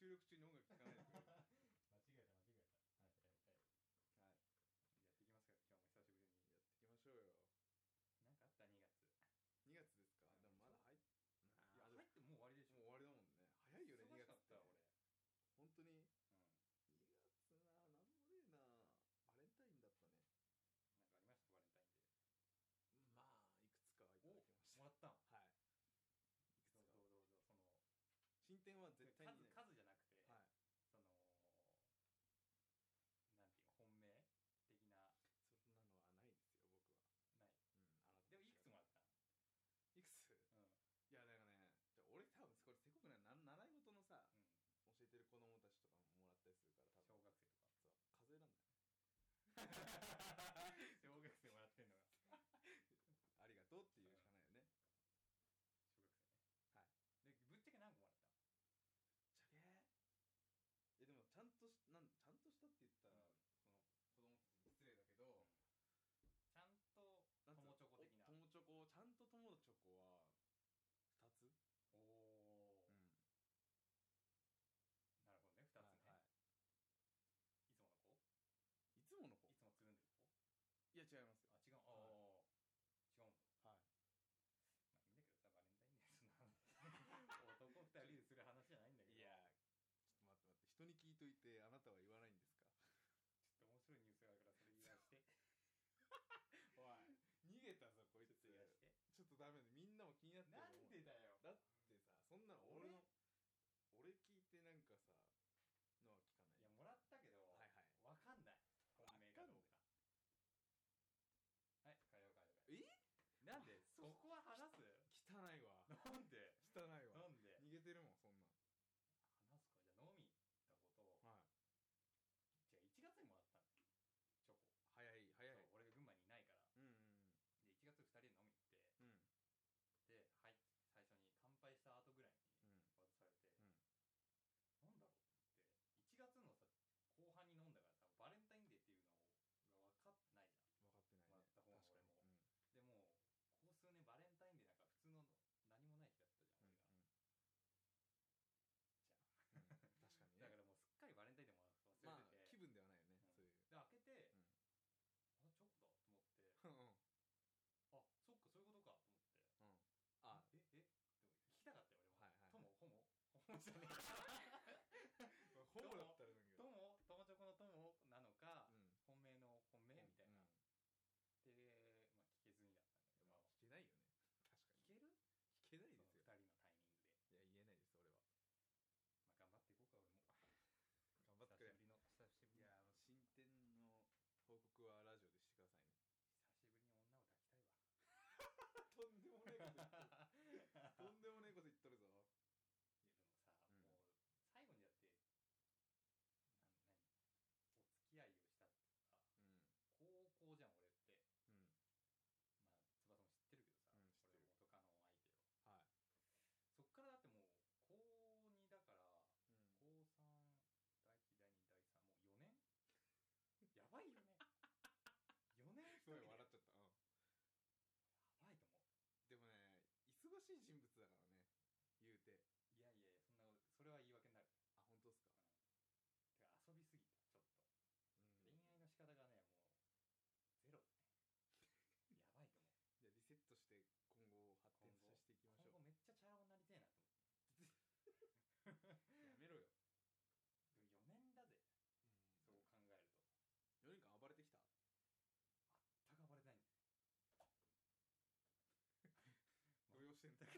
収録中に音楽聴かないでくれる間違えたはいはいやっていきますから今日も久しぶりにやっていきましょうよ。 なんかあった2月 2月ですか。でもまだ入っいや入ってもう終わりでしょ。 もう終わりだもんね。早いよね2月って。 俺本当にうん 2月な、なんもねえな。バレンタインだったね。 なんかありましたバレンタインデー。 まあいくつかはいただきました。 もらったん。 はいいくつかどうその進展は絶対にね数じゃなくて、 はいそのなんていうの本命的な。 そんなのはないですよ僕は。 ない。 あなたでもいくつもらったん。 いくつうんいやだからね、俺多分これせこくない習い事のさ、 うん教えてる子供たちとかももらったりするから多分小学生とかそう数えらんない小学生もらってんのがありがとうっていうしかないよね。 小学生ね。 はいでぶっちゃけ何個もらったん。 ちゃけでもちゃんとしたって言ったら、その子供たちに失礼だけど、 ちゃんと友チョコ的な。 友チョコちゃんと友チョコは2つ。 おお、なるほどね2つね、はい、いつもの子いつもの子いつもつるんでる子。 いや違いますよ。 あ違う、 はい、 違うんだ。 はい。 まあいいんだけどさ、バレンタインデーその男2人でする話じゃないんだけど。 いやちょっと待って人に聞いといてあなたは言わないんですか。 ちょっと面白いニュースがあるからそれ言わしておい逃げたぞこいつ。 ちょっと言わして。 ちょっとダメでみんなも気になってる。 なんでだよ。 だってさそんなの俺聞いてなんかさのは聞かない。 いやもらったけど、 はいはい、 分かんない本命かどうか。はい変えようなんでそこは話す。 汚いわ。 なんで汚いわ。 なんで逃げてるもんそんなん。 話すか。じゃあ飲みたことを、 はい、 違う1月にもらったのチョコ。 早い俺が群馬にいないから、で1月2人で飲み行って、で入って最初に乾杯した後ぐらいに渡されて、なんだろうと思って1月のさ後半に飲んだから多分バレンタインデーっていうのが分かってないじゃん。 分かってないね。 もらった方の俺も、でもここ数年バレンタインデーなんか普通の何もない日だったじゃん俺が、じゃあ確かにね。 だからもうすっかりバレンタインデーも忘れてて、 まあ気分ではないよね、そういうで開けて、あチョコだと思ってあそっかそういうことかと思って、あでも聞きたかったよ俺も。友ホモじゃねえホモだったらだけど友チョコの友なのか、本命の本命みたいな、でまあ聞けずにだったんだけど。 聞けないよね確かに。 聞ける？ 聞けないですよ 2人のタイミングで。 いや言えないです俺は。 まあ頑張っていこうか俺も。 頑張ってくれ。 久しぶりのいや進展の報告はラジオでしてくださいね。 久しぶりに女を抱きたいわとんでもねえこと言ってるとんでもねえこと言っとるぞ。 いやでもさ、もう最後にだって何お付き合いをしたってさ、高校じゃん俺って、まあ翼も知ってるけどさ、俺元カノ相手を、そっからだってもう高2だから、高3第1第2第3もう4年やばいよね4年すごい笑っちゃった。 やばいと思う。 でもね忙しい人物だからね言うて。 いやそれは言い訳になる。 あ本当ですか。 てか遊びすぎたちょっと、恋愛の仕方がねもうゼロだねやばいと思う。 じゃあリセットして今後発展させていきましょう。 今後めっちゃチャラ男になりてえなと思ってやめろよ。 でも4年だぜ、そう考えると。 4年間暴れてきた。 全く暴れないんだ動揺してんだ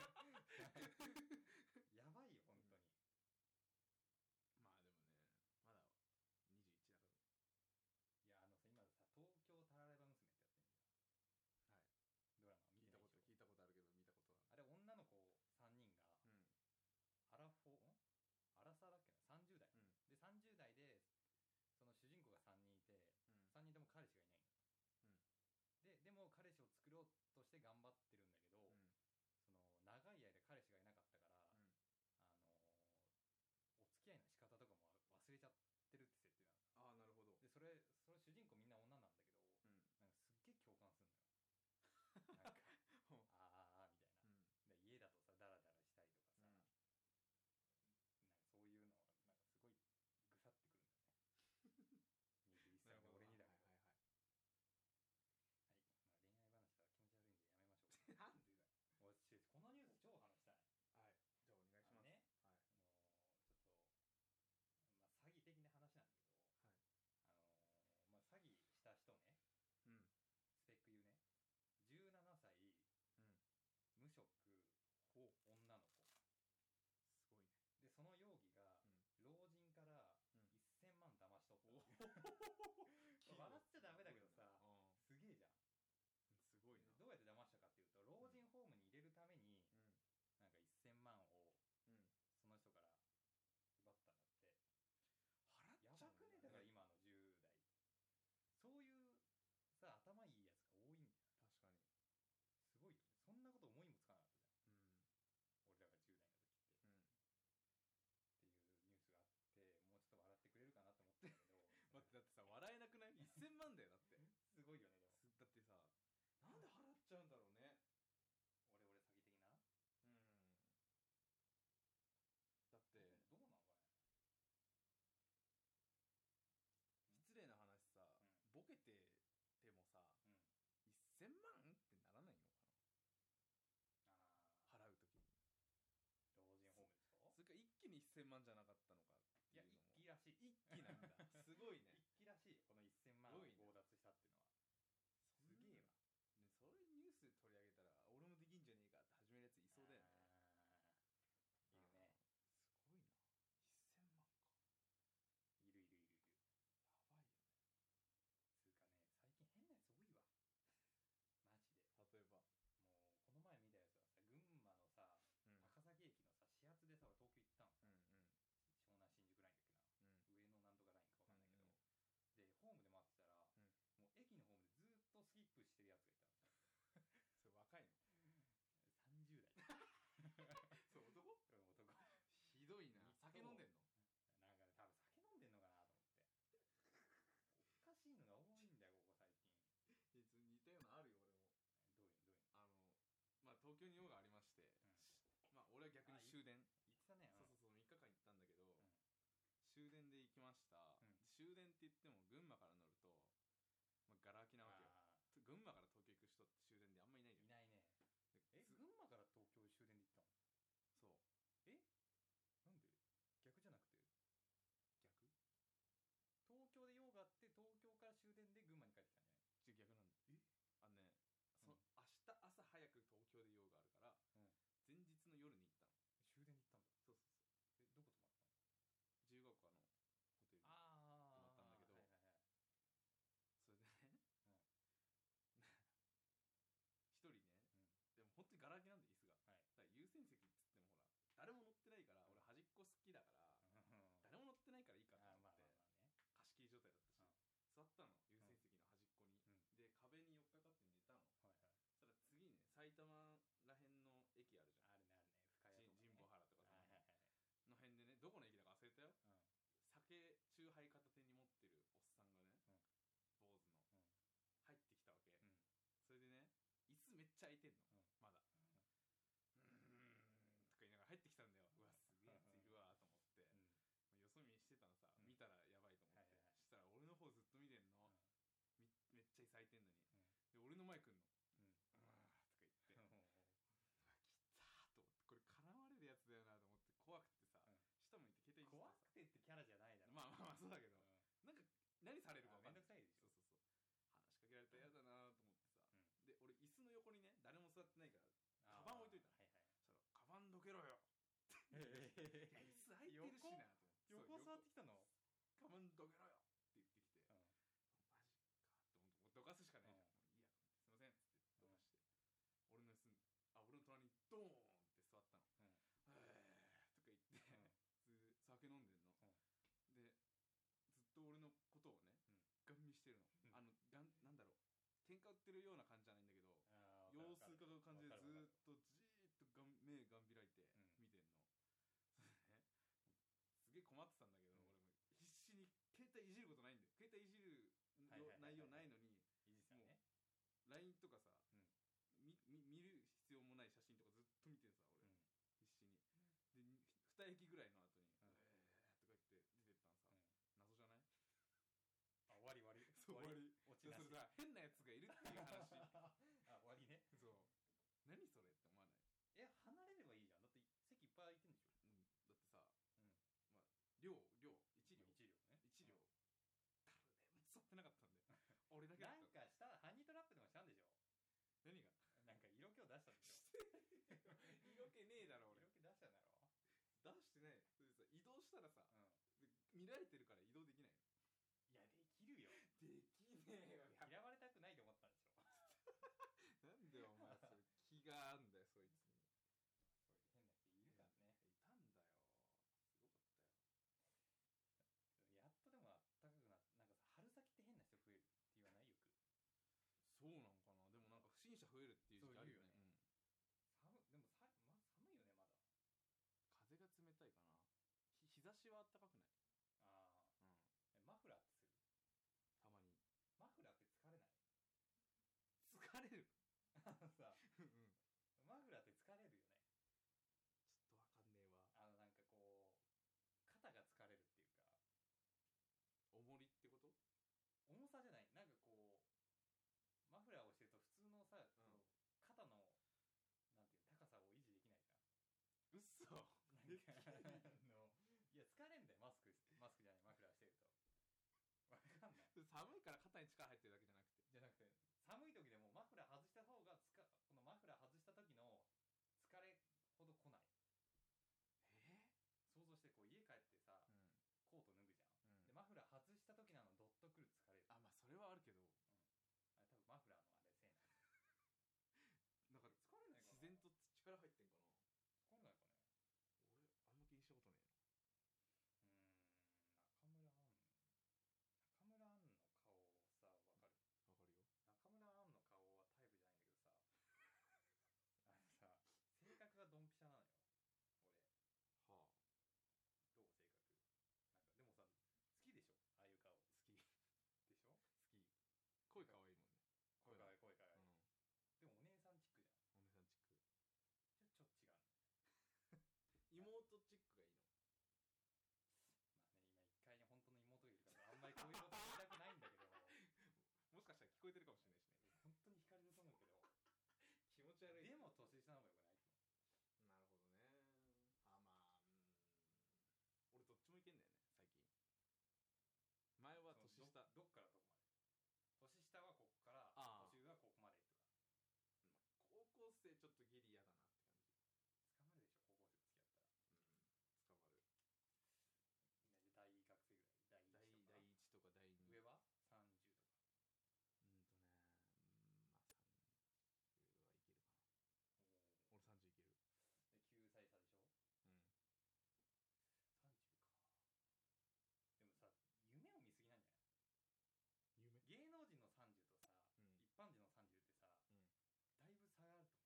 やばいよ本当に、 まあでもねまだ21だからね。 いや今さ東京タラレバ娘ってやってんじゃん。はい。ドラマ見てないでしょ。 聞いたことあるけど見たことはあれ女の子3人が、アラサーだっけな30代、で30代でその主人公が3人いて、3人とも彼氏がいないのよ、でも彼氏を作ろうとして頑張ってるんだけど、その長い間彼氏がいなかったから、お付き合いの仕方とかも忘れちゃってるって設定なの。 ああなるほど。 でそれ主人公みんな女なんだけど、なんかすっげえ共感するのよなんかああみたいな、で家だとさダラダラしたりとかさ、なんかそういうの笑っちゃダメだけどさ、 うんすげえじゃん。 すごいな。 どうやって騙したかっていうと、老人ホームに入れるために、なんか1000万をその人から奪ったんだって。 払っちゃくねだから今の10代そういうさ頭いいやつが多いんだよ。 確かにすごいとね。そんなこと思いもつかなかったじゃん、 うん俺らが10代の時って、 うんっていうニュースがあって、もうちょっと笑ってくれるかなと思ったんだけど待ってだってさ笑えなくない1000万だよだってすごいよね。でもだってさなんで払っちゃうんだろうね。 俺詐欺的な。 うんだってどうなのかね。 失礼な話さ、ボケててもさ、1000万ってならないのかな。払うときに老人ホームでしょ。 それか一気に1000万じゃなかったのかっていうのも。 いや一気らしい。 一気なんだすごいね。 一気らしいよこの1000万を強奪したっていうのは。すげえわ。 ね、そういうニュースで取り上げたら俺もできんじゃねえかって始めるやついそうだよね。 いるね。 すごいな。1000万か。 いる。 やばいよね。 つうかね、最近変なやつ多いわマジで。 例えばもうこの前見たやつはさ、群馬のさ、高崎駅のさ始発でさ、俺東京行ったの、湘南新宿ラインだっけな、上野なんとかラインか分かんないけど、でホームで待ってたら、もう駅のホームでずっとスキップしてるやつがいたのそれ若いの 30代そう男ひどいな。酒飲んでんのなんかね、多分酒飲んでんのかなと思って。おかしいのが多いんだよここ最近。 似たようなあるよ俺も。 どういうまあ東京に用がありまして、まあ俺は逆に終電行ってたね。 そう3日間行ったんだけど、終電で行きました、終電って言っても群馬から乗ると、まあ、ガラ空きなわけよ。群馬から東京行く人って終電であんまいないじゃん。 いないね。群馬から東京終電で行ったの。 そうなんで逆じゃなくて。 逆東京で用があって東京から終電で群馬に帰ってきたんじゃない。 逆なんだよ。明日朝早く東京で用があるから、前日の夜に行ったの。 終電で行ったんだ。 そうどこ泊まったの。 自由が丘のホテルに泊まったんだけど、それでね一人ね、でも本当にガラ空きなんで椅子が、だから優先席っつってもほら誰も乗ってないから、俺端っこ好きだから、誰も乗ってないからいいかと思って貸し切り状態だったし、座ったの優先席の端っこに、で壁に寄っかかって寝たの。そしたら次ね、埼玉らへんの駅あるじゃん。 あるね深谷とかね、 神保原とかの辺でね、どこの駅だか忘れたよ。酒チューハイ片手に持ってるおっさんがね、坊主の入ってきたわけ。それでね、椅子めっちゃ空いてんの、まだとか言いながら入ってきたんだよ。うわすげえやついるわと思って、よそ見してたらさ、見たらやばいと思って、そしたら俺の方ずっと見てんの、めっちゃ椅子空いてんのに、で俺の前来んの、とか言ってうわ来たーと思って、これ絡まれるやつだよなと思って怖くてさ、下向いて携帯いじってさ。 怖くてってキャラじゃないだろ。 まあそうだけど、なんか何されるか分かんない。 めんどくさいでしょ。 そう話しかけられたら嫌だなと思ってさ、で俺椅子の横にね誰も座ってないからカバン置いといたの。そしたらカバンどけろよ椅子空いてるしなと思って、 横座ってきたの。 カバンどけろよって言ってきて、マジかと思ってどかすしかないじゃん。もういいやと思って、すいませんっつってどかして、俺の隣にドーンって座ったの。とか言って酒飲んでんの。でずっと俺のことをねガン見してるの。なんだろう、喧嘩売ってるような感じじゃないんだけど、様子伺う感じでずっとじーっと目がん開いて見てんの。それね、すげえ困ってたんだけど、俺も必死に携帯いじることないんだよ。携帯いじる内容ないのに、もう LINE とかさ見る必要もない写真とかずっと見てんさ俺、必死に。で2駅ぐらいの後にとか言って出てったんさ。謎じゃない？ 終わりそう終わり。それさ変なやつがいるっていう話終わりね。 そう何それって思わない？ 離れればいいじゃん。だって席いっぱい空いてんでしょ。 だってさ、まあ1両ね、 誰も座ってなかったんで俺だけだった。 なんかハニートラップでもしたんでしょ。 何が？ なんか色気を出したんでしょ。 色気ねえだろ俺。 色気出したんだろ。 出してない。それでさ移動したらさ、見られてるから移動できないの。 いやでなんでお前それ気があんだよそいつに。 そういう変な人いるからね。 いたんだよ。すごかったよ。 やっとでも暖かくなって、なんかさ、春先って変な人増えるって言わない？よく。 そうなんかな。でもなんか不審者増えるっていう時期あるよね。 でも寒いよねまだ。 風が冷たいかな。日差しは暖かくない？ ああ、マフラーってする？ たまに。 マフラーって疲れない？ 疲れる。 さ、マフラーって疲れるよね。 ちょっとわかんねえわ。 なんかこう肩が疲れるっていうか。 重りってこと？ 重さじゃない、なんかこうマフラーをしてると普通のさ、肩のなんていう高さを維持できないじゃん。 うっそ。 なんかいや疲れんだよ、マスクじゃない、マフラーしてると。わかんない。 寒いから肩に力入ってるだけじゃなくて。 寒い時でもマフラー外した方がこのマフラー外した時の疲れほど来ない。想像して、こう家帰ってさ、コート脱ぐじゃん、でマフラー外した時のドッとくる疲れる。 まあそれはあるけど、 あれ多分マフラーのあれせいなんか疲れないかな。 自然と力入ってんかな。 疲れないかね。 俺あんま気にしたことねえな。中村アンの顔さ、わかる？ わかるよ。 中村アンの顔はタイプじゃないんだけどささ、性格がドンピシャなのよ俺。 はあ。 どう性格？なんかでもさ、好きでしょああいう顔。 好きでしょ。 好き。声可愛いもんね。 声可愛い、でもお姉さんチックじゃん。 お姉さんチック。 じゃあちょっと違うんだよね。 妹チックがいいの？ まあね、今一回ね本当の妹がいるからあんまりこういうこと言いたくないんだけどもしかしたら聞こえてるかもしれないしね。 本当に惹かれると思うけど気持ち悪い。 でも年下の方がよくないと思う。 なるほどね。まあ俺どっちもいけんだよね最近。前は年下。 どっからどこまで？年下はここから年上はここまでとか。 高校生ちょっとギリ嫌だなって感じ。 捕まるでしょ高校生と付き合ったら。 捕まる。 大学生ぐらい？ 第1とか第2。 上は30とか。 まあ30はいけるかな。俺30いける。 で9歳差でしょ。30か。でもさ、夢を見すぎなんじゃない？芸能人の30とさ、一般人の30ってさ、だいぶ差があると思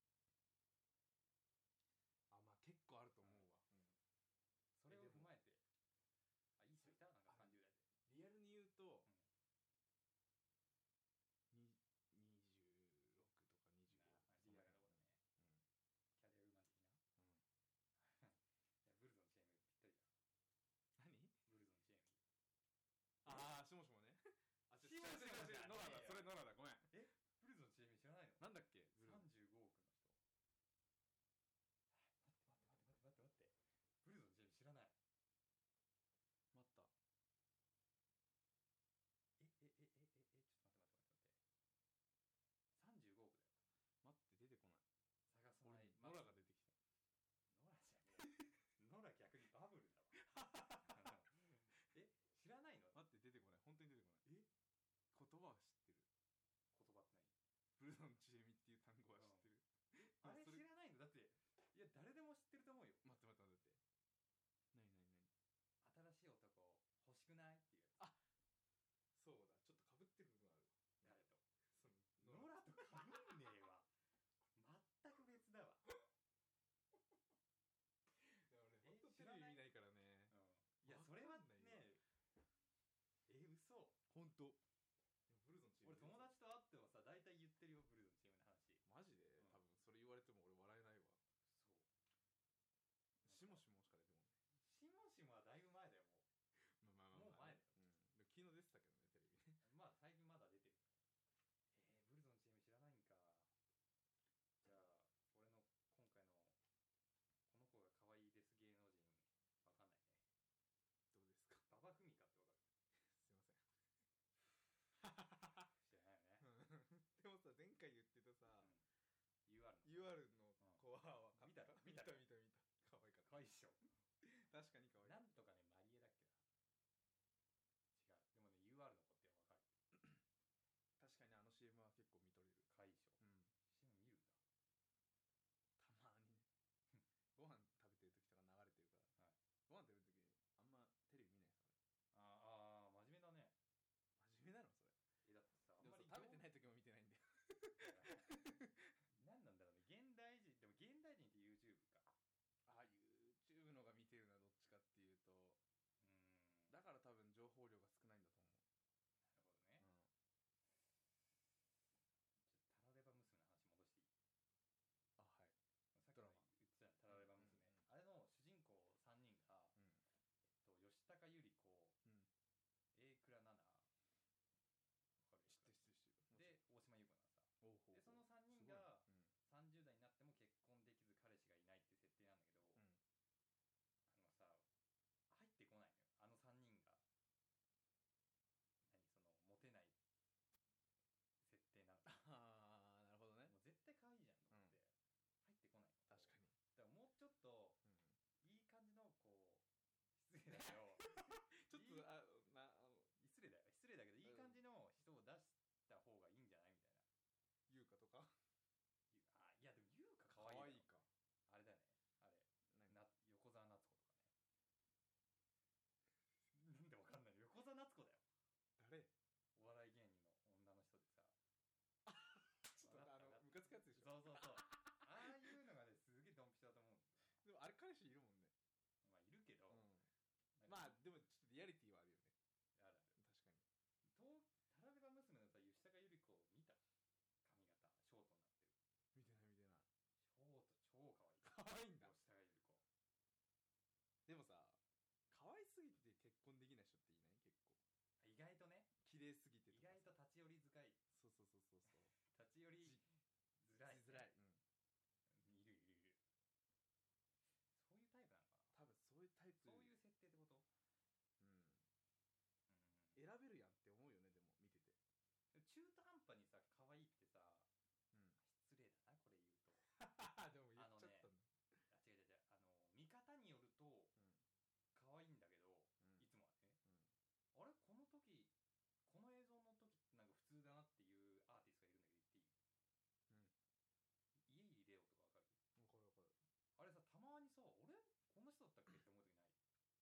うよ。 まあ結構あると思うわ。 それを踏まえて、いい人いた？なんか30代で。 リアルに言うと、26とか25。 リアルなことね。キャリアウーマン的な。いや、ブルゾンチームぴったりじゃん。 何？ ブルゾンチーム。 しもしもね。 しもしもじゃねえよ。 ノラだ、それノラだ、ごめん。 ブルゾンチーム知らないの？ なんだっけ ？35億の人。待って。ブルゾンチーム知らない？ 待った。 ちょっと待って。35億だよ。 待って、出てこない。 探さない。 ノラが出てきた。 ノラじゃねえ。ノラ逆にバブルだわ。知らないの？ 待って、出てこない。本当に出てこない。言葉は知ってる。 言葉って何？ ブルゾンチエミっていう単語は知ってる。 あれ知らないの？だって、いや誰でも知ってると思うよ。 待って。何？ 新しい男欲しくないっていうやつ。 そうだ、ちょっと被ってる部分あるわ。 誰と？ノラと被んねえわ。全く別だわ。 俺ほんとテレビ見ないからね。 いやそれはね、嘘。 ほんと。ブルゾンチーム俺友達と会ってもさ、大体言ってるよブルゾンチームの話。 マジで？多分それ言われても俺笑えないわ。 そう。 しもしもしか出てこない。 しもしもはだいぶ前だよもう。もう前だよ。 昨日出てたけどねテレビね。 まあ最近まだ出てるよね。ブルゾンチーム知らないんか。じゃあ俺の今回のこの子が可愛いです芸能人わかんないね。 どうですか？ 馬場ふみかってわかる？ すいません。 知らないよね。 でもさ、前回言ってたさ、 UR の子は分かった。見た。可愛かった。 可愛いっしょ。 確かに可愛い。 なんとかね、マリエだっけな。違う。でもね、UR の子って分かる。 確かにあの CM は結構見とれる。 可愛いから多分情報量が少ないんだと思う。 なるほどね、ちょっとタラレバ娘の話戻していい？ あ、はい。 さっき言ってたよタラレバ娘、あれの主人公3人が、吉高由里子、榮倉奈々、わかる？ 知ってるで大島優子なのさ。 おうほうほう。 でその3人が30代になっても結婚できず彼氏がいないっていう設定なんだけど、あのさ入ってこないのよ、あの3人がそのモテない設定なのさ。 ああ、なるほどね。 もう絶対可愛いじゃんと思って、入ってこないの。 確かに。 だからもうちょっと、いい感じのこう失礼だけどちょっと失礼だけどいい感じの人を出した方がいいんじゃないみたいな。 優香とか。 いやでも優香可愛い。 可愛いか。 あれだよね、あれ横澤夏子とかね。なんでわかんないの？横澤夏子だよ。 誰？ お笑い芸人の女の人でさちょっとムカつくやつでしょ。 そうああいうのがねすげえドンピシャだと思うんだよ。 でもあれ彼氏いるもんね。 まあいるけど、 まあでもちょっとリアリティはあるよね。 ある確かに。 タラレバ娘のさ吉高由里子見た？髪型ショートになってる。 見てない。 ショート超可愛い。 可愛いんだ。 吉高由里子。 でもさ、可愛すぎて結婚できない人っていない？結構意外とね、 綺麗すぎてとか、 意外と立ち寄りづらい。 そう立ち寄りづらい、いる。そういうタイプなのかな。 多分そういうタイプ。 そういう設定ってこと？ 選べるやんって思うよね。でも見てて中途半端にさ可愛いってさ、失礼だなこれ言うとでも言っちゃったんだ。 違う見方によると可愛いんだけど、いつもはね、あれこの時この映像の時ってなんか普通だなっていうアーティストがいるんだけど言っていい？家入レオとかわかる？ わかる。 あれさたまにさ俺この人だったっけって思う時ない？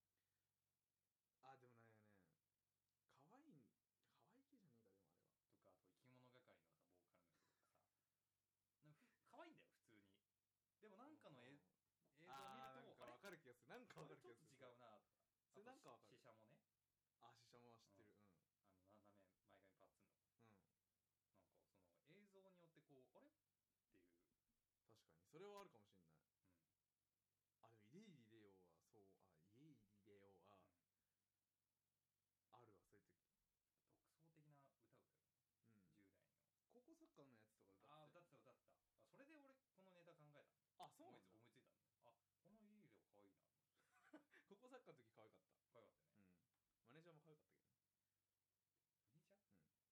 でもないよね。可愛い系じゃねえか。でもあれはとか、あと生き物係のさボーカルの人とかさ可愛いんだよ普通に。でもなんかの映像を見るとなんか分かる気がする。なんか分かる気がする。 ちょっと違うなとか。 それなんか分かる。 シシャもね。 シシャもは知ってる。 斜め前髪パッツンの。なんかその映像によってこうあれっていう。 確かにそれはあるかもしれない。でも家入レオは家入レオはあるわ。そういう時独創的な歌歌う、10代の高校サッカーのやつとか歌ってた。それで俺このネタ考えたんだ。 そうなんだ。 思いついたんだよ。この家入レオ可愛いなと思って。 高校サッカーの時可愛かった。 可愛かったよね。 マネージャーも可愛かったけどね。 マネージャー？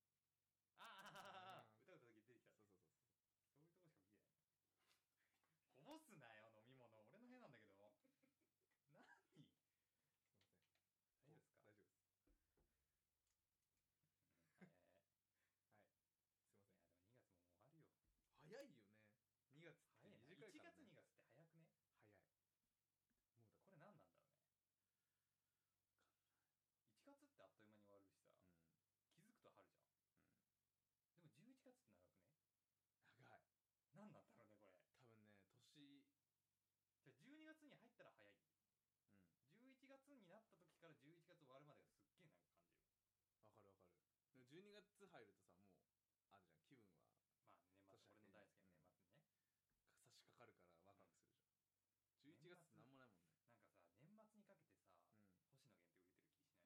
歌うた時出てきた。そういうとこしか見てないね。こぼすなよ飲み物。俺の部屋なんだけど。何？すいません。 大丈夫ですか？ 大丈夫です。はい。すいません。 いやでも2月ももう終わるよ。 早いよね。2月って短いからね。 1月2月って早くね？ 早い。もうだこれ何なんだろうね。1月ってあっという間に終わるしさ、気づくと春じゃん。でも11月って長くね？ 長い。 何なんだろうねこれ。 多分ね年じゃあ12月に入ったら早いんだよ。11月になった時から11月終わるまでがすっげえなんか感じる。 わかる。でも12月入るとさもうあるじゃん気分は。 まあ年末俺の大好きな年末にね、 差し掛かるからワクワクするじゃん。11月ってなんもないもんね。 なんかさ年末にかけてさ、星野源って売れてる気しない？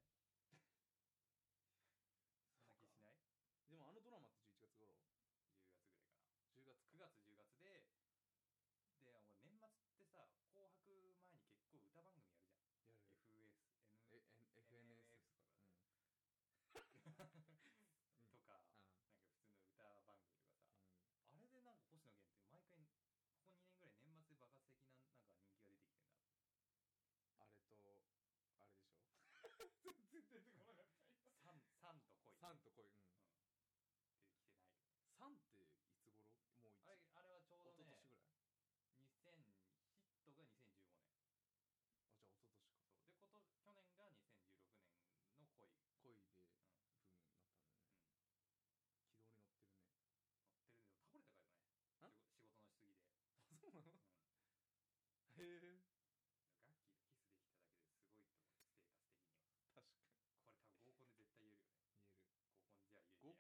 そんな気しない？ でもドラマって11月頃 ？10月ぐらいかな。 10月 9月10月で俺年末ってさ紅白前に結構歌番組やるじゃん。 やる。 FNS とか、とか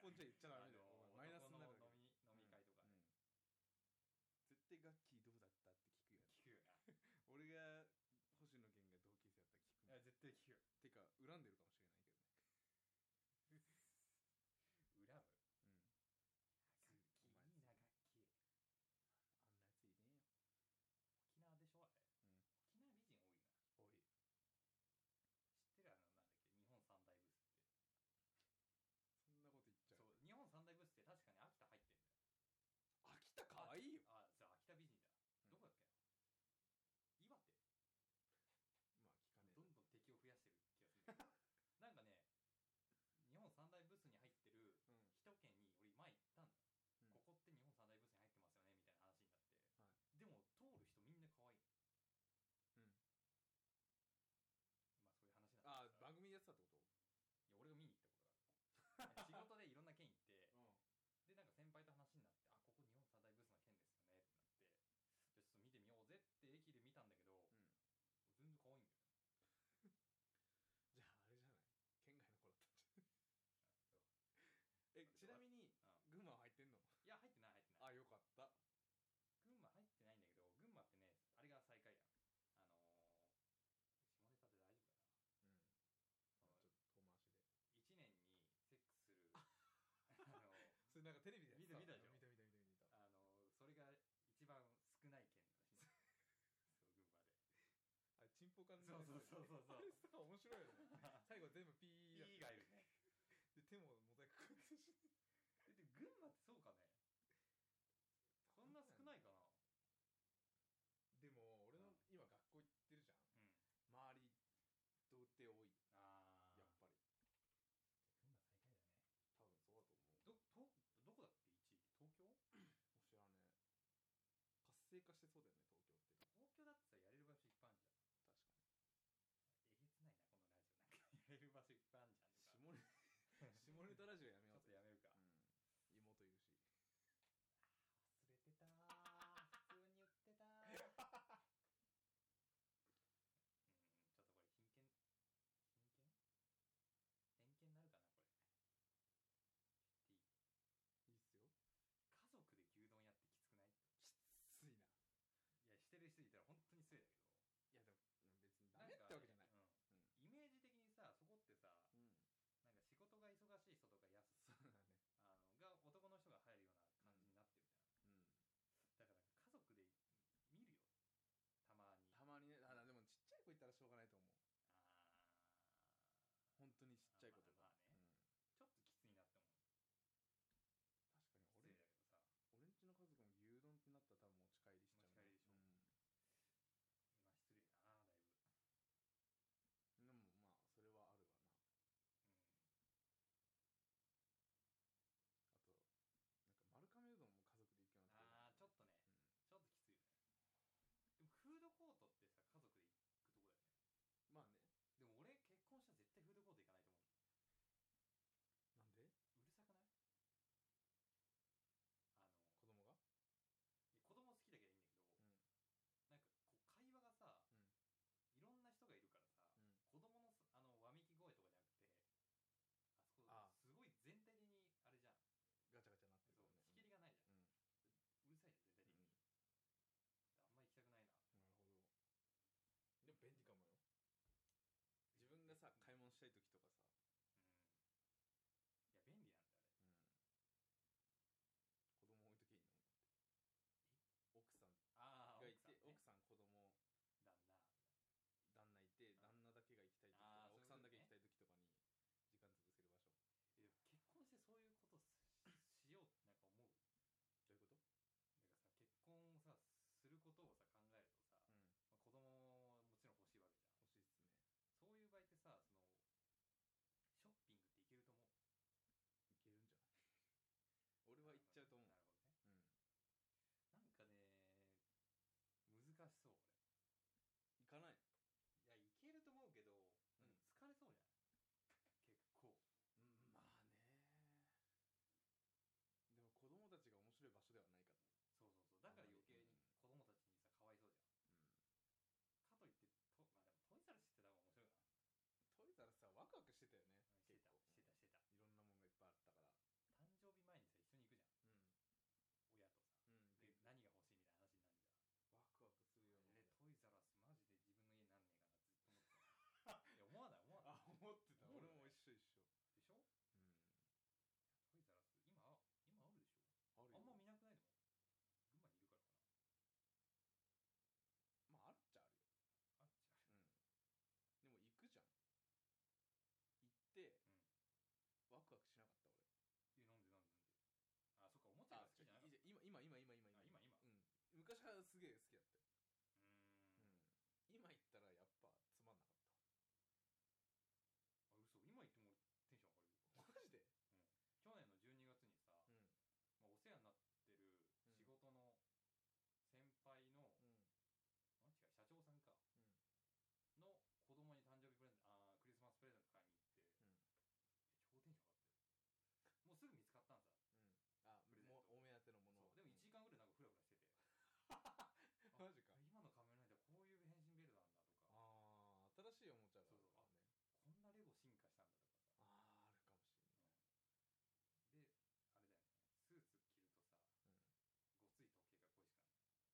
本じゃ言っちゃダメだよ、お前マイナスになるだけ。 飲み会とかね、 絶対ガッキーどうだったって聞くよね。 聞くよな。 俺が星野源が同級生だったら聞くもん。 いや絶対聞くよ。 てか恨んでるかもしれないけどね。 恨む。 うん。 楽器いいな、楽器。 あんなやついねえよ。 沖縄でしょあれ。 うん。 沖縄美人多いよな。 多い。 知ってるなんだっけ、日本三大ブスって。 そんなこと言っちゃう。 そう、日本三大ブスって確かに秋田入ってんだよ。 秋田かわいいよ。 あ、じゃあ秋田美人だ。 うん、 どこだっけな、岩手。 まあ聞かねえ。 どんどん敵を増やしてる気がするんだけどなんかね、日本三大ブスに入ってる一県に俺前行ったんだよ、うん、ここって日本三大ブスに入ってますよねみたいな話になって、はい、でも通る人みんな可愛い。うん。まあそういう話なんだ。 あ、番組やってたってこと？ いや俺が見に行ったことがある仕事でいろんな県行って、うん、でなんか先輩と話になって、あ、ここ日本三大ブスの県ですよねってなって、じゃあちょっと見てみようぜって駅で見たんだけど、うん、全然可愛いんだよねじゃああれじゃない、県外の子だったんじゃないちなみに、群馬は入ってんの？ いや入ってない入ってない。 あ、よかった。 群馬入ってないんだけど、群馬ってね、あれが最下位やん。下ネタで大丈夫かな。うん。 そのちょっと遠回しで。 1年にセックスするそれなんかテレビで見たでしょ。 見た。 それが一番少ない県らしいんですそう、群馬で。 あれチンポ感じ。 そうあれさ面白いよね最後全部ピーがいるねで手もモザイクかかってるしで群馬ってそうかね、そんな少ないかな。 でも俺の今学校行ってるじゃん、うん、周り童貞多い。ああ、やっぱり群馬最下位だね。 多分そうだと思う。 どこだっけ1位？東京？ 知らねえ。活性化してそうだよね東京って。 東京だってさ、やれる場所いっぱいあるじゃん。 確かに。えげつないなこのラジオ。なんかやれる場所いっぱいあるじゃんとか下ネタラジオやめよう。 ちょっとやめるか、うん、 妹いるし。 忘れてた普通に言ってたちょっとこれ偏見になるかなこれ。言っていい？ いいっすよ。 家族で牛丼やってきつくない？ きついな。 いやしてる人いたら本当に失礼だけど。 いやでも別にダメってわけじゃない、 うんうん、イメージ的にさ、そこってさ、うん、なんか仕事が忙しい人とかそうだね、 が男の人が入るような感じになってるじゃん、うん、だから家族で見るよたまにね。でもちっちゃい子いたらしょうがないと思う。本当にちっちゃい子とか、 まあね、うん、ちょっときついなって思う。 確かに失礼だけどさ、 俺んちの家族も牛丼ってなったら多分持ち帰りしちゃう。 持ち帰りでしょ、うん、まあ失礼だなだいぶ。 でもまあそれはあるわな。うん。あとなんか丸亀うどんも家族で行くような。 ああちょっとね、うん、ちょっときついよね。でもフードコートってさ家族で行くとこだよね。 まあね。 でも俺結婚したら絶対フードコート行かないと思う。 なんで？ うるさくない？ 子供が？ いや子供好きだけどいいんだけど、うん、なんかこう会話がさ、うん、いろんな人がいるからさ、うん、子供のわめき声とかじゃなくて、あそこすごい全体的にあれじゃん。 ガチャガチャなってるからね。 仕切りがないじゃん。うるさいじゃん全体的に。あんま行きたくないな。 なるほど。でも便利かもよ。自分がさ買い物したい時とかさ、うん、 いや便利なんだあれ、うん、 子供置いときゃいいんだもんだって。奥さんがいて、奥さん子供旦那いて、旦那だけが行きたい時とか、奥さんだけ行きたい時とかに時間潰せる場所。 結婚してそういうことしようってなんか思う？どういうこと？ なんかさ結婚をさすることをさ考えるとさ、うん、まあ、子供ももちろん欲しいわけじゃん。 欲しいっすね。 そういう場合ってさ、 昔はすげえ好きだったよ。 うん今行ったらやっぱつまんなかった。 あ、嘘。今言ってもテンション上がるよ。 マジで？ 去年の12月にさ、まあ、お世話になってる仕事の先輩の、違う、社長さんか、の子供に誕生日プレゼント、クリスマスプレゼント買いに行って、いや超テンション上がったよ。もうすぐ見つかったんさ、 プレゼント、お目当てのものを。 でも1時間ぐらいなんかフラフラしててマジか。 今の仮面ライダーこういう変身ベルトなんだとか、 新しいおもちゃがあるからね。 こんなレゴ進化したんだとかさ、 あるかもしれない。 であれだよね、スーツ着るとさ、ごつい時計が恋しくなる。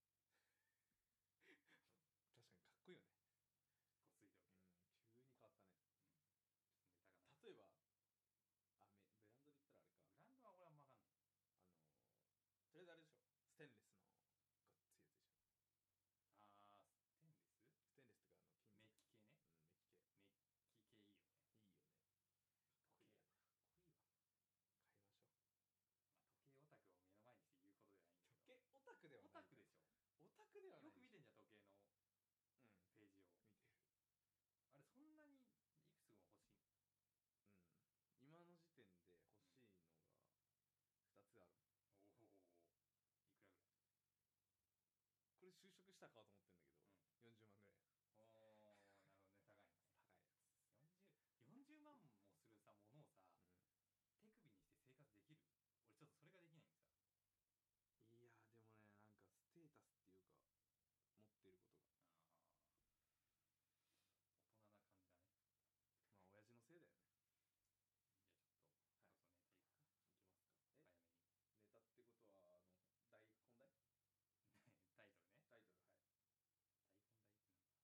確かにかっこいいよね、 ごつい時計。 急に変わったね。 ちょっとネタがない。 例えばブランドで言ったらあれか。 ブランドは俺は分かんない。 とりあえずあれでしょ、ステンレスのごっついやつでしょ。 ステンレス？ ステンレスとか金属。 メッキ系ね。 メッキ系。 メッキ系いいよね。 いいよね。 時計かっこいいわ。 買いましょう。 まあ、時計オタクを目の前にして言うことではないんだけど。 時計オタクではない。 オタクでしょ。 オタクではない。 よく見てんじゃん、時計のページを。 見てる。あれそんなにいくつも欲しいの？今の時点で欲しいのが2つある。 おお、いくらぐらい？ これ就職したら買おうと思ってるんだけど、40万ぐらい。 おお、なるほどね。高いね。 高いやつ。 40万もするさ、ものをさ、手首にして生活できる？俺ちょっとそれができないんさ。 いやでもね、なんかステータスっていうか持っていることが大人な感じだね。 まあ親父のせいだよね。 じゃあちょっと、そろそろネタいくか。 いきますか。 早めに。 ネタってことは本題タイトルね。 タイトル、はい。 大本題ってなんだ。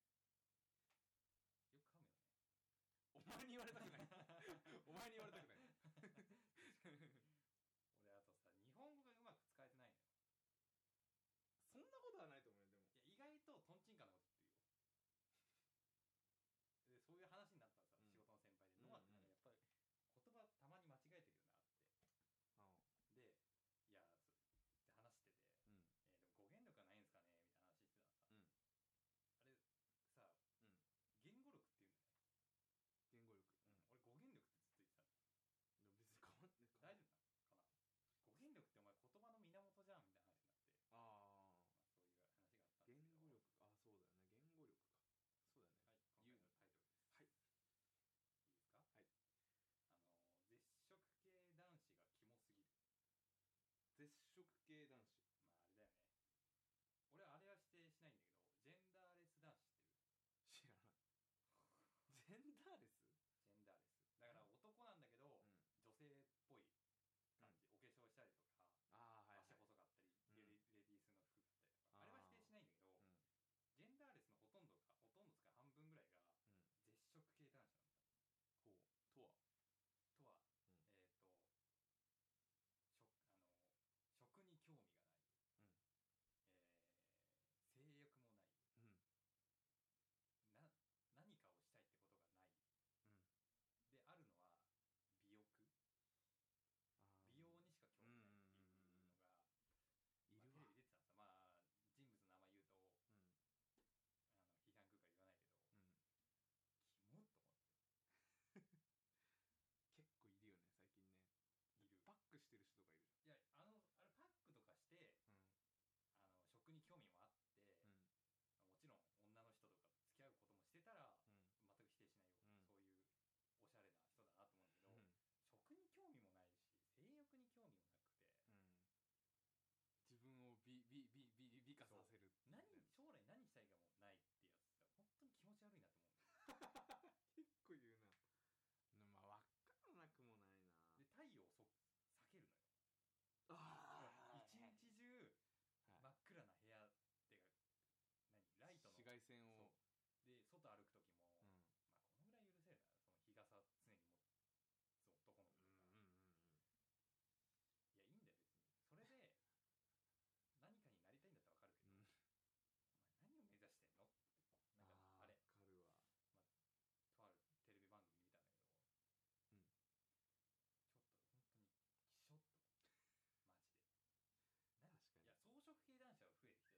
よく噛むよね。 お前に言われたくないお前に言われたくない俺あとさ、日本語がうまく使えてないのよ。 そんなことはないと思うよ。でもいや、意外とトンチンカンなこと言ってるよ。でそういう話になったらさ、仕事の先輩でノアってなんかやっぱり言葉たまに間違えてるよなって。で、いやって話してて、でも語源力がないんですかねみたいな話してたらさ、あれさ、言語力って言うんだよね。 言語力。 俺語源力ってずっと言ってたんだ。 いや別に変わんねえか。 大丈夫かな。語源力ってお前言葉の源じゃんみたいな話になって、そういう話があったんですけど。 言語力、そうだよね、言語力か。そうだよね。 はい、今回のタイトルです。 はい、 いいですか。 はい。 絶食系男子がキモすぎる。 絶食系男子、 まああれだよね。俺はあれは指定しないんだけど、ジェンダーレス男子知ってる？ 知らないジェンダーレス？ ジェンダーレスだから男なんだけど、女性っぽい感じ、お化粧したりとか、足細かったり、レディースの服だったりとか、あれは否定しないんだけど、ジェンダーレスのほとんど使う半分ぐらいが絶食系男子なんだよ。 ほうとは、 食に興味がない、性欲もない、何かをしたいってことがない、であるのは美容にしか興味ないっていうのがテレビ出てたんですよ。まあ人物の名前言うと、批判来るから言わないけど、キモっと思って結構いるよね最近ね。 いる。 パックしてる人とかいるじゃん。いや、あれパックとかして、食に興味もあって、もちろん女の人とかと付き合うこともしてたら、全く否定しないよ、そういうおしゃれな人だなと思うんだけど、食に興味もないし性欲に興味もなくて、 自分を美化させる。 将来何したいかもないってやつって本当に気持ち悪いなと思うんだよ結構言うな。まあ分からなくもないな。 で太陽を避けるのよ。一日中真っ暗な部屋っていうか、ライトの紫外線をで外歩く時も、まあこのぐらい許せるな、その日傘常に持つ男の子とか、いやいいんだよ別に。それで何かになりたいんだったら分かるけど、お前何を目指してんのって。なんかあれ分かるわ。 とあるテレビ番組で見たんだけど、ちょっと本当にきしょっと思ってマジで。 確かに。 いや装飾系男子は増えてき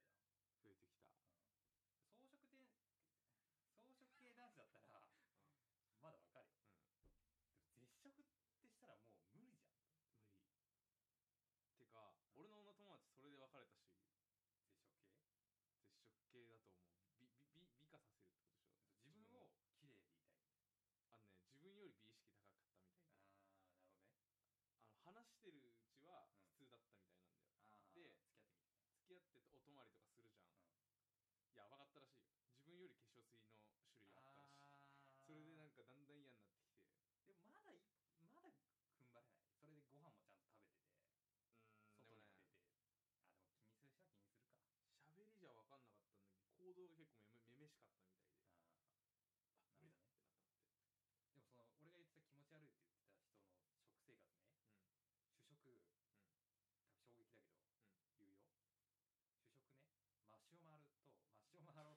なんかだんだん嫌になってきて。 でもまだ踏ん張れない。それでご飯もちゃんと食べてて、外にも出て、でも気にする人は気にするか。 喋りじゃ分かんなかったんだけど、行動が結構めめしかったみたいで、無理だってなったって。 でもその俺が言ってた気持ち悪いって言ってた人の食生活ね、主食、多分衝撃だけど、言うよ。主食ね、マシュマロと白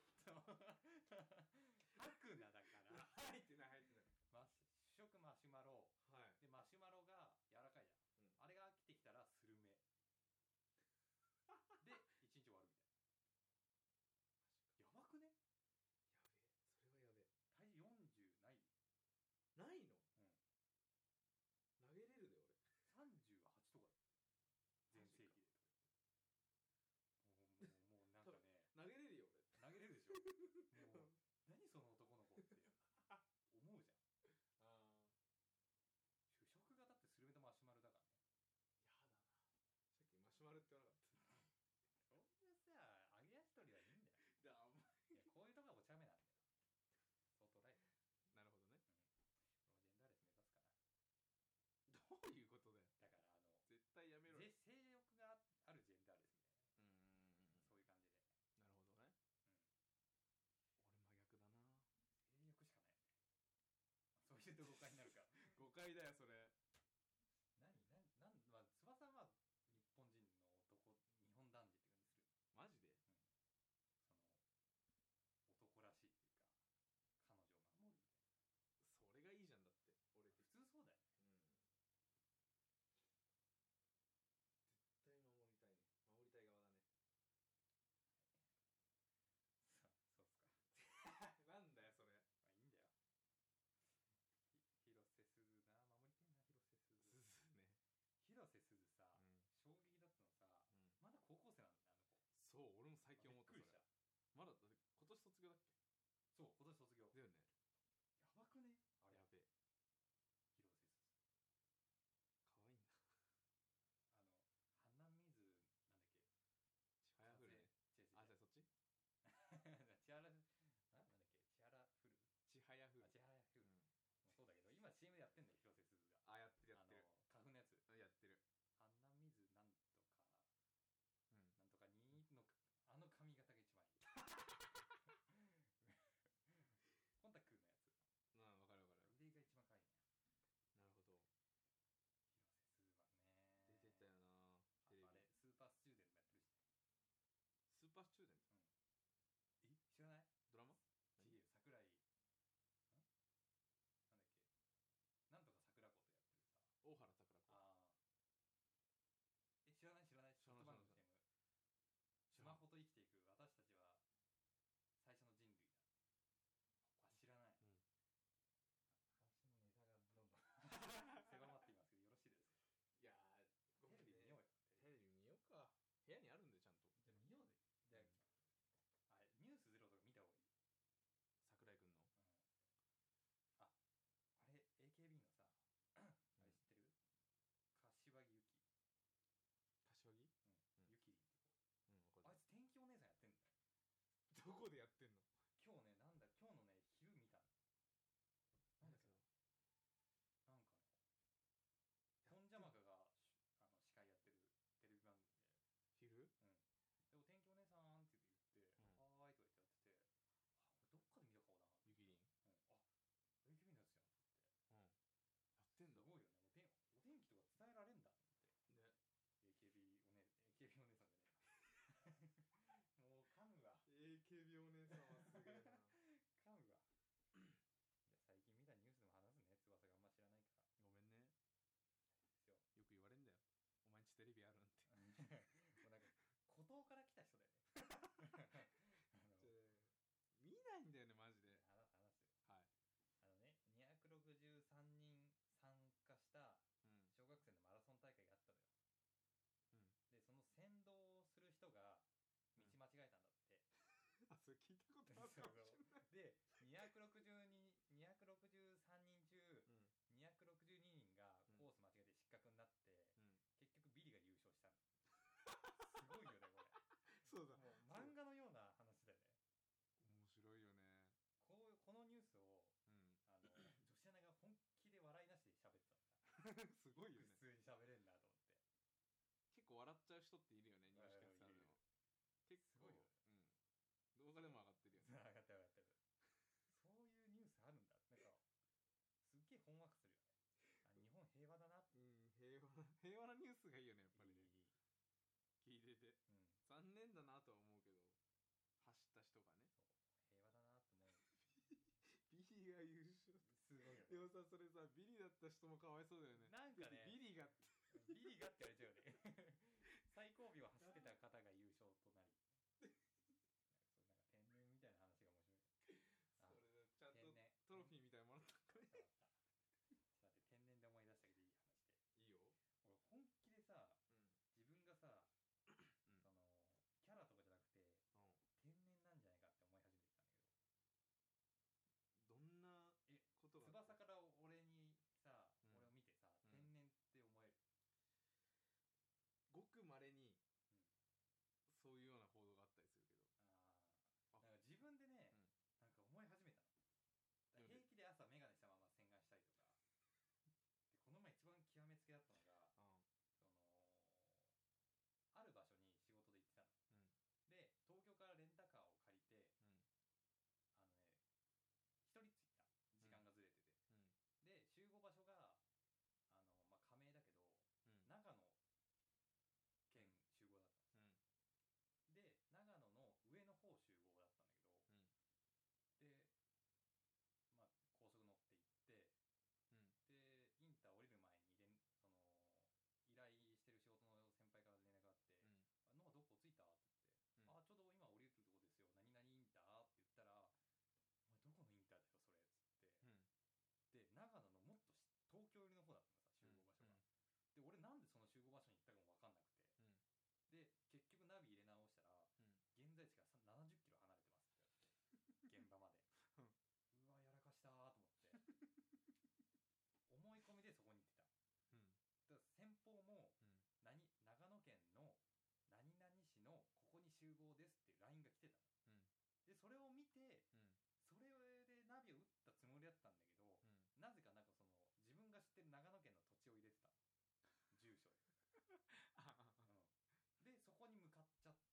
菜だから入ってない主食マシュマロ、でマシュマロが柔らかいじゃん、あれが飽きてきたらスルメで一日終わるみたいな。やばくね？ やべえ、それはやべえ。 体重40ない？ ないの？投げれるで俺。 38とか全盛期でとか言って、もうなんかね投げれるよ俺。 投げれるでしょ。もう何その男の子って思うじゃん。主食がだってスルメとマシュマロだからね。 やだな。さっきマシュマロって言わなかった。 そういうさ、揚げ足取りはいいんだよ。 いやこういうとこがお茶目なんだよ。そう捉えて。 なるほどね。 俺もジェンダーレス目指すかな。 どういうことだよ。 だから絶対やめろ。 性欲があるジェンダーレスみたいな。そういう感じで。 なるほどね。俺真逆だな。 性欲しかない。そういうと誤解になるか。 誤解だよそれ。 翼は日本人の日本男児って感じする。 マジで？ その男らしいっていうか、彼女を守るみたいな。 それがいいじゃんだって。俺普通そうだよね。 絶対守りたいね。守りたい側だね。 そうっすか。 なんだよそれ。 いいんだよ。広瀬すずな、守りてえな。広瀬すずね。 広瀬すずさ、衝撃だったのさ、まだ高校生なんだよあの子。 そう、俺も最近思った。それまだだって今年卒業だっけ？ そう、今年卒業だよね。 やばくねあれ。 やべえ。 広瀬すずかわいいんだ。 花水なんだっけ、 ちはやふるね。じゃあそっちちはらなんだっけ、ちはらふる、 ちはやふる、 ちはやふる、そうだけど今 CM でやってんだよ広瀬すずが。 やってる花粉のやつやってる。 花水なんとか、なんとかにの髪型が一番いい。コンタクトのやつ。 わかるわかる。 腕が一番可愛いね。 なるほど。 広瀬すずはね出てたよな。 あれスーパースチューデントもやってるしね。 スーパースチューデント？ 知らない？ ドラマ？ ちげえよ、桜井なんだっけ、なんとか桜子とやってるさ、 大原桜子。 知らない？ソフトバンクの CM。スマホと生きていく私たちは最初の人類だ。知らない。話のネタがどんどん狭まっていますけどよろしいですか？ いやテレビ見ようよ。 テレビ見ようか。部屋にあるんでちゃんと。 じゃあ見ようぜ。じゃあニュースゼロとか見た方がいい。 桜井くんの。 あれ AKB のさあれ知ってる？柏木由紀。 柏木？ ゆきりんって子。 あいつ天気お姉さんやってんだよ。 どこでやってんの？ 今日ね、今日のね昼見たの。なんだっけな、なんかの本邪魔かが司会やってるテレビ番組で昼？ でお天気お姉さんって言って、はーいとか言ってやってて、これどっかで見た顔な。 ゆきりん。 AKB のやつじゃんと思って。 やってんだ。 すごいよね。お天気とか伝えられんだと思ってね。 AKB お姉さんじゃねえな。もう噛むわ。 AKB お姉さんはすげえな。 噛むわ。じゃあ最近見たニュースでも話すね。翼があんま知らないから。 ごめんね。 ですよ。 よく言われんだよ。お前んちテレビあるなんて。 もうなんか孤島から来た人だよね。 見ないんだよねマジで。 話すよ。 はい。 263人参加した小学生のマラソン大会があったのよ。でその先導する人が道間違えたんだって。 それ聞いたことあるかもしれない。 で263人中、262人がコース間違えて失格になって、結局ビリが優勝したの。すごいよねこれ。 そうだ。 もう漫画のような話だよね。 面白いよね。 このニュースを、 すごいよね。 普通に喋れんなと思って。 結構笑っちゃう人っているよね、ニュースキャスターでも。結構すごいよね。 うん。動画でも上がってるよね。 上がってる上がってる。そういうニュースあるんだ。なんかすっげえほんわかするよね。日本平和だなって。 平和なニュースがいいよね、やっぱりね。聞いてて、 うん、 残念だなとは思うけど、走った人がね、 そう平和だなって思う。 ビリーが優勝。 すごいよね。 でもさ、それさ、ビリーだった人もかわいそうだよね。 なんかね、 ビリーがって言われちゃうよね。最後尾を走ってた方が優勝となり、なんか天然みたいな話が面白い。 それでちゃんとトロフィーみたいなのもらったんかね。 ちょっと待って、天然で思い出したけどいい話で。 いいよ。 俺本気でさ、 うん、 自分がさ、そのキャラとかじゃなくて、天然なんじゃないかって思い始めてきたんだけど。どんなことが？ 翼から俺にさ、俺を見てさ、天然って思える？ ごく稀に、そういうような報道があったりするけど。 なんか自分でね、なんか思い始めたの。平気で朝眼鏡したまま洗顔したりとか。でこの前一番極めつけだったのが、そのある場所に仕事で行ってたの、で東京からレンタカーを借りて、一人着いた時間がずれてて、で集合場所が加盟だけど、長野県集合だったの、で長野の上の方集合だったんだけど、で高速乗って行って、でインター降りる前にその依頼してる仕事の先輩から連絡があって「ノアどこ着いた?」って言って「あちょうど今降りるとこですよ、何々インター?」って言ったら「お前どこのインターだよそれ」っつって、で長野のもっと東京寄りの方だったのさ、集合場所が。で俺なんでその集合場所に行ったかも分かんなくて、で結局ナビ入れ直したら、現在地から70キロ離れてますって現場まで。うわやらかしたーと思って思い込みでそこに行ってた。だから先方も、長野県の何々市のここに集合ですっていう LINE が来てたの、でそれを見て、それでナビを打ったつもりだったんだけど、なぜかなんかその自分が知ってる長野県の土地を入れてた住所で、でそこに向かっちゃって、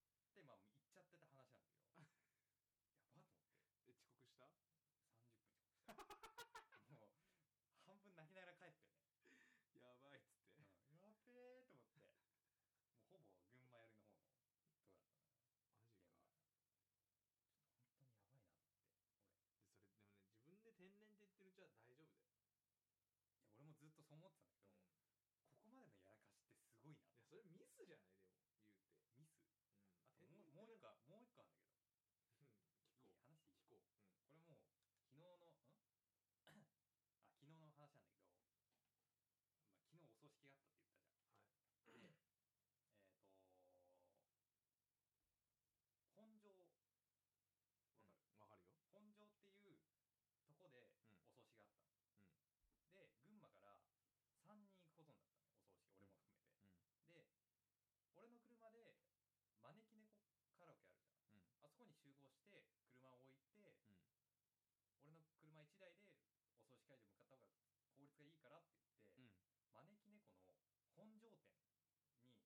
行っちゃってた話なんだけどやばっと思って。 遅刻した？ 30分遅刻したもう半分泣きながら帰ったよね。 やばいっつって、 やべえと思って、もうほぼ群馬寄りの方のとこだったのよ。 マジか。ちょっと本当にやばいなと思って俺で。それでもね、自分で天然って言ってるうちは大丈夫だよ。 いや俺もずっとそう思ってたんだけど、ここまでのやらかしってすごいな。 いやそれミスじゃない？でも言うてミス、あともう一個あんだけどいい話聞こう。これもう昨日の昨日の話なんだけど、昨日お葬式があったって言ったじゃん。で本庄わかる？ わかるよ。 本庄っていうとこでお葬式があったの、で群馬から3人行くことになったのよ、お葬式俺も含めて、で俺の車で招き猫カラオケあるじゃん、あそこに集合して車を置いて、俺の車1台でお葬式会場向かった方が効率がいいからって言って、招き猫の本庄店に、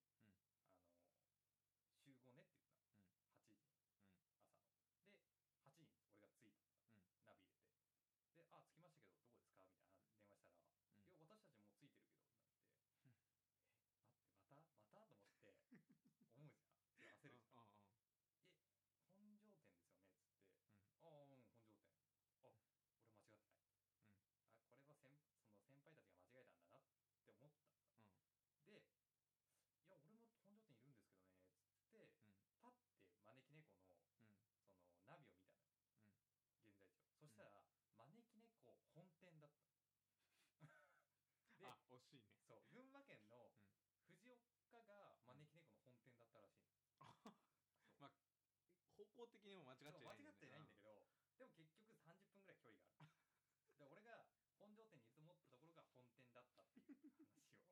集合ねって言ったの、8時に、朝ので8時に俺が着いたのさ、ナビ入れて、で「あ着きましたけどどこですか?」みたいな電話したら「いや私たちもう着いてるけど」なんて待ってまたと思って思うじゃん、ちょっと焦るじゃん本庄店ですよねっつって「ああ本庄店、あ俺間違ってない、あこれはその先輩たちが間違えたんだなって思ったのさ、で「いや俺も本庄店いるんですけどね」っつって、パッて招き猫のそのナビを見たのよ、現在地を。そしたら招き猫本店だったので惜しいね。 そう群馬県の藤岡が招き猫の本店だったらしいの、 方向的にも間違っちゃいない、 間違ってないんだけど、でも結局30分ぐらい距離があるで俺が本庄店にいると思ったところが本店だったっていう話を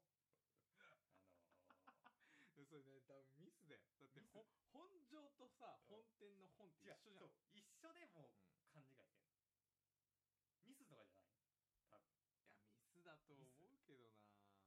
それね多分ミスだよ。だって本庄とさ、本店の本って一緒じゃん。そう一緒でもう勘違いしてんの、ミスとかじゃないの多分。 いやミスだと思うけどな。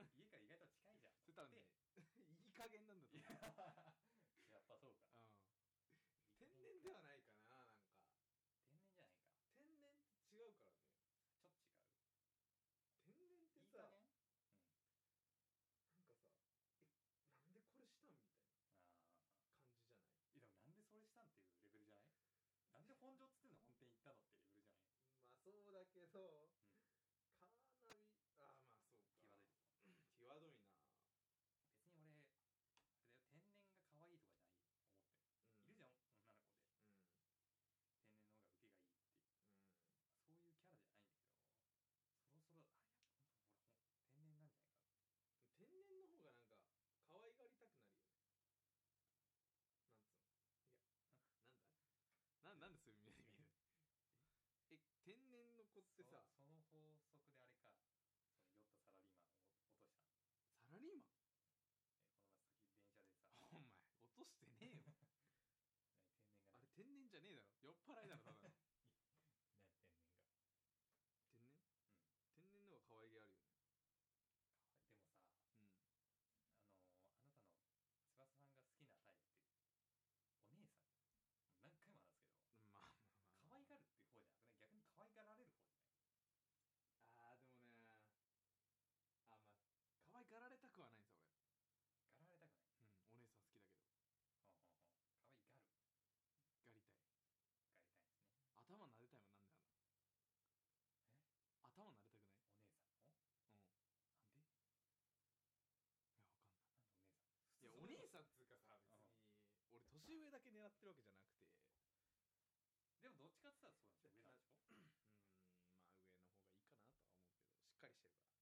家から意外と近いじゃん。 それ多分ねいい加減なんだと思う。 やっぱそうか。 天然ではないかな。なんか天然じゃないか。 天然って違うからね。 ちょっと違う。 天然っていいさ、 加減？ なんかさ、なんでこれしたんみたいな感じじゃない？ でもなんでそれしたんっていうレベルじゃない？なんで本庄つってんの本店行ったのってレベルじゃない？ まあそうだけど、カーナビ、まあそうか。 際どいとこ。 際どいな。 別に俺、あれだよ、天然が可愛いとかじゃないよ、思ってる。いるじゃん、女の子で。天然の方が受けがいいっていう。そういうキャラじゃないんだけど、そろそろ、あれやっぱ本当俺、天然なんじゃないかな。 天然の方がなんか、可愛がりたくなるよね。なんつうの？いや、なんでそういう意味で見る？天然の子ってさ、 その法則であれか、その酔ったサラリーマンを落とした。 サラリーマン？ この前先電車でさ、 お前落としてねえよ。 天然が、 あれ天然じゃねえだろ。酔っ払いだろただの。 何天然が？ 天然？天然の方が可愛げあるよね。 でもさ、あなたの翼さんが好きなタイプってお姉さんじゃない？何回も話すけど、 まあ可愛がるっていう方じゃなくね、逆に可愛がられる方じゃない？ でもね、まあ可愛がられたくはないんですよ俺。 がられたくない。 お姉さん好きだけど。 可愛がる。 がりたい。 がりたいんですね。 頭撫でたいもん。なんで頭撫でたくない？ お姉さんの？なんで？ いやわかんない。 なんでお姉さん？ いやお姉さんっつうかさ、別に俺年上だけ狙ってるわけじゃなくて。 でもどっちかって言ったらそうなんでしょ、上なんでしょ。 まあ上の方がいいかなとは思うけど、しっかりしてるから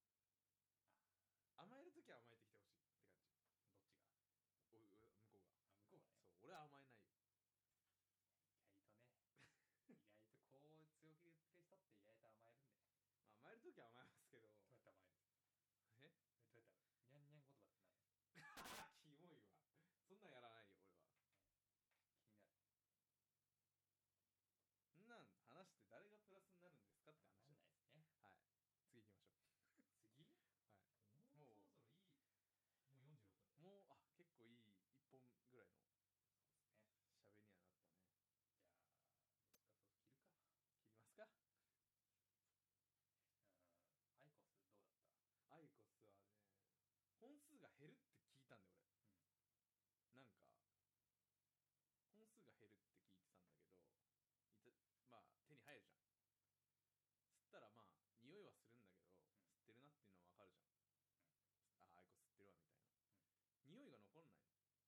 。甘えるときは甘えてきてほしいって感じ。 どっちが？ 向こうが。 向こうがね。 そう、俺は甘えないよ。 意外とね、意外とこう強気で言ってる人って意外と甘えるんでね。 まあ甘えるときは甘えますけど。 どうやって甘える？どうやってニャンニャン言葉って何？ キモいわ。そんなんやらないよ俺は。 気になる。 なん話して誰がプラスになるんですかって話。 なんないですね。 はい。次行きましょう。 次？ はい。 もうそろそろいい。もう46分。 もう結構いい1本ぐらいの。 そうですね。 喋りにはなったね。 じゃあどっちかそう切るか。 切りますか。 アイコスどうだった？ アイコスはね、本数が減るって聞いたんだよ俺。なんか本数が減るって聞いてたんだけど、まあ手に入るじゃん。吸ったらまあ匂いはするんだけど、吸ってるなっていうのは分かるじゃん。アイコス吸ってるわみたいな。匂いが残んないの。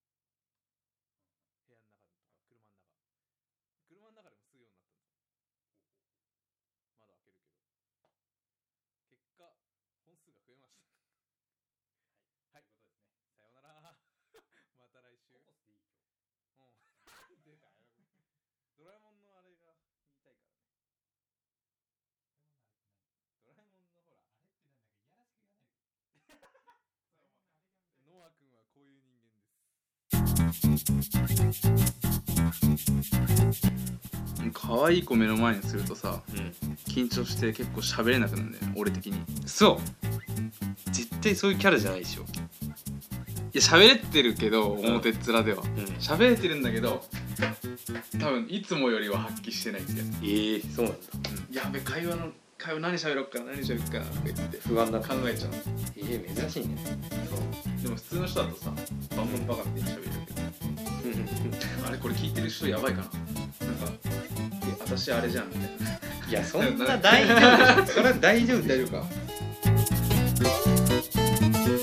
部屋の中とか車の中でも吸うようになったんですよ。窓開けるけど。結果本数が増えました。はい、ということですね。さようなら。また来週。 ココスでいい今日。 なんでだよ。ドラえもんのあれが言いたいからね。ドラえもんのほら。 あれってなんだかいやらしく言わないで。 ノア君はこういう人間です。可愛い子目の前にするとさ、緊張して結構喋れなくなるんだよね、俺的に。 そう絶対そういうキャラじゃないでしょ。いや喋れてるけど、表っ面では喋れてるんだけど、多分いつもよりは発揮してないんだよ。 そうなんだ。 やべ、会話何喋ろうかとか言って不安だ考えちゃう。 珍しいね。 そうでも普通の人だとさ、バンバンバカって喋るけど、あれこれ聞いてる人やばいかな、なんか私あれじゃんみたいな。 いやそんな大丈夫。それは大丈夫か。